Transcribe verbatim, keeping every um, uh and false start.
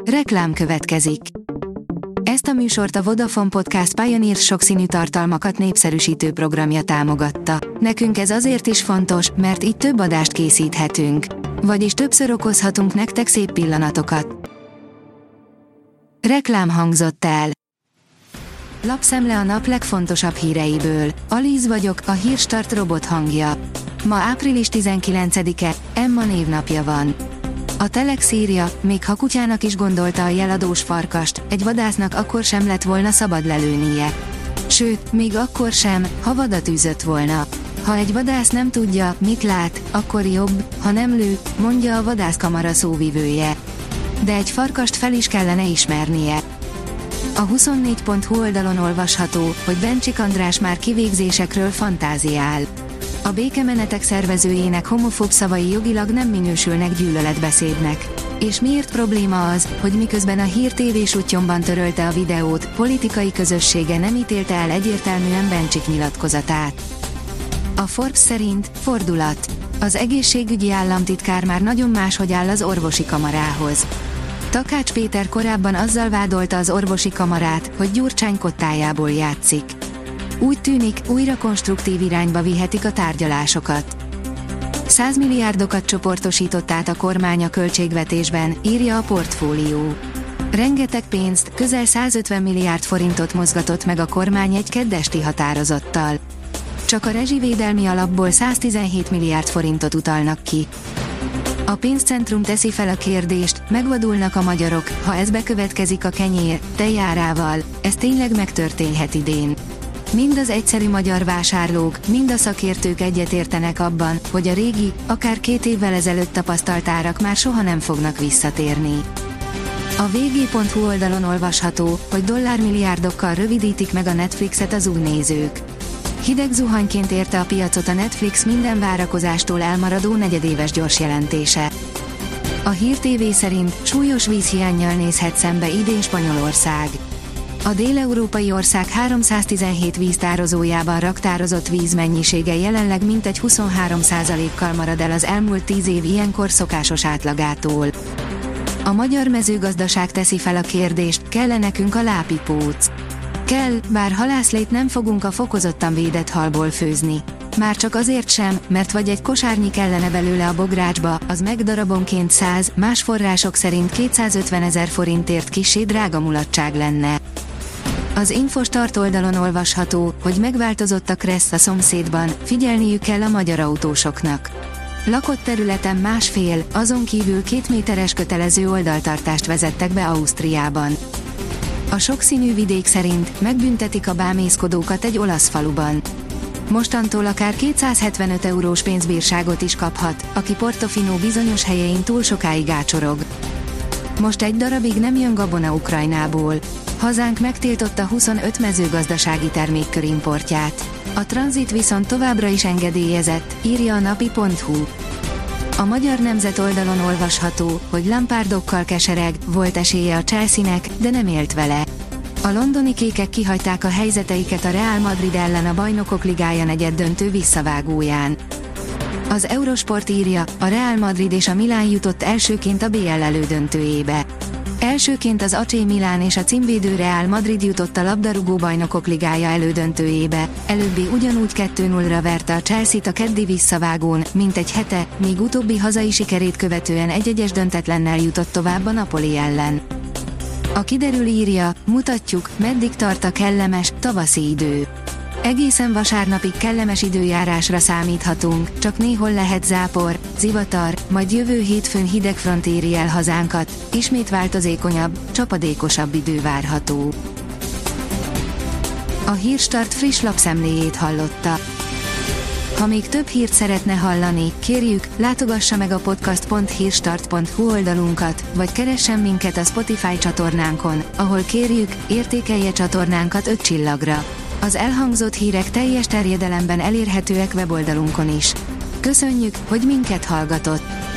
Reklám következik. Ezt a műsort a Vodafone Podcast Pioneer sokszínű tartalmakat népszerűsítő programja támogatta. Nekünk ez azért is fontos, mert így több adást készíthetünk. Vagyis többször okozhatunk nektek szép pillanatokat. Reklám hangzott el. Lapszemle a nap legfontosabb híreiből. Alíz vagyok, a Hírstart robot hangja. Ma április tizenkilencedike, Emma névnapja van. A Telex írja, még ha kutyának is gondolta a jeladós farkast, egy vadásznak akkor sem lett volna szabad lelőnie. Sőt, még akkor sem, ha vadat űzött volna. Ha egy vadász nem tudja, mit lát, akkor jobb, ha nem lő, mondja a vadászkamara szóvivője. De egy farkast fel is kellene ismernie. A huszonnégy pont hu oldalon olvasható, hogy Bencsik András már kivégzésekről fantáziál. A békemenetek szervezőjének homofób szavai jogilag nem minősülnek gyűlöletbeszédnek. És miért probléma az, hogy miközben a Hír té vé sutyomban törölte a videót, politikai közössége nem ítélte el egyértelműen Bencsik nyilatkozatát. A Forbes szerint fordulat. Az egészségügyi államtitkár már nagyon máshogy áll az orvosi kamarához. Takács Péter korábban azzal vádolta az orvosi kamarát, hogy Gyurcsány kottájából játszik. Úgy tűnik, újra konstruktív irányba vihetik a tárgyalásokat. száz milliárdokat csoportosított át a kormány a költségvetésben, írja a Portfólió. Rengeteg pénzt, közel százötven milliárd forintot mozgatott meg a kormány egy kedd esti határozattal. Csak a rezsivédelmi alapból száztizenhét milliárd forintot utalnak ki. A pénzcentrum teszi fel a kérdést, megvadulnak a magyarok, ha ez bekövetkezik a kenyér, tejárával, ez tényleg megtörténhet idén. Mind az egyszerű magyar vásárlók, mind a szakértők egyetértenek abban, hogy a régi, akár két évvel ezelőtt tapasztalt árak már soha nem fognak visszatérni. A vg pont hu oldalon olvasható, hogy dollármilliárdokkal rövidítik meg a Netflixet az új nézők. Hideg zuhanyként érte a piacot a Netflix minden várakozástól elmaradó negyedéves gyors jelentése. A Hír té vé szerint súlyos vízhiánnyal nézhet szembe idén Spanyolország. A déleurópai ország háromszáztizenhét víztározójában raktározott víz mennyisége jelenleg mintegy huszonhárom százalékkal marad el az elmúlt tíz év ilyenkor szokásos átlagától. A magyar mezőgazdaság teszi fel a kérdést, kell-e nekünk a lápipóc? Kell, bár halászlét nem fogunk a fokozottan védett halból főzni. Már csak azért sem, mert vagy egy kosárnyi kellene belőle a bográcsba, az meg darabonként száz, más források szerint kétszázötven ezer forintért kissé drága mulatság lenne. Az Infostart oldalon olvasható, hogy megváltozott a kressz a szomszédban, figyelniük kell a magyar autósoknak. Lakott területen másfél, azon kívül két méteres kötelező oldaltartást vezettek be Ausztriában. A sokszínű vidék szerint megbüntetik a bámészkodókat egy olasz faluban. Mostantól akár kétszázhetvenöt eurós pénzbírságot is kaphat, aki Portofino bizonyos helyein túl sokáig ácsorog. Most egy darabig nem jön gabona Ukrajnából. Hazánk megtiltotta huszonöt mezőgazdasági termékkör importját. A tranzit viszont továbbra is engedélyezett, írja a napi pont hu. A Magyar Nemzet oldalon olvasható, hogy Lampárdokkal kesereg, volt esélye a Chelsea-nek, de nem élt vele. A londoni kékek kihagyták a helyzeteiket a Real Madrid ellen a Bajnokok Ligája negyeddöntő visszavágóján. Az Eurosport írja, a Real Madrid és a Milán jutott elsőként a bé el elődöntőjébe. Elsőként az á cé Milán és a címvédő Real Madrid jutott a labdarúgó Bajnokok Ligája elődöntőjébe, előbbi ugyanúgy kettő nullra verte a Chelsea-t a keddi visszavágón, mint egy hete, míg utóbbi hazai sikerét követően egy-egyes döntetlennel jutott tovább a Napoli ellen. A Kiderül írja, mutatjuk, meddig tart a kellemes, tavaszi idő. Egészen vasárnapig kellemes időjárásra számíthatunk, csak néhol lehet zápor, zivatar, majd jövő hétfőn hideg front éri el hazánkat, ismét változékonyabb, csapadékosabb idő várható. A Hírstart friss lapszemléjét hallotta. Ha még több hírt szeretne hallani, kérjük, látogassa meg a podcast pont hírstart pont hu oldalunkat, vagy keressen minket a Spotify csatornánkon, ahol kérjük, értékelje csatornánkat öt csillagra. Az elhangzott hírek teljes terjedelemben elérhetőek weboldalunkon is. Köszönjük, hogy minket hallgatott!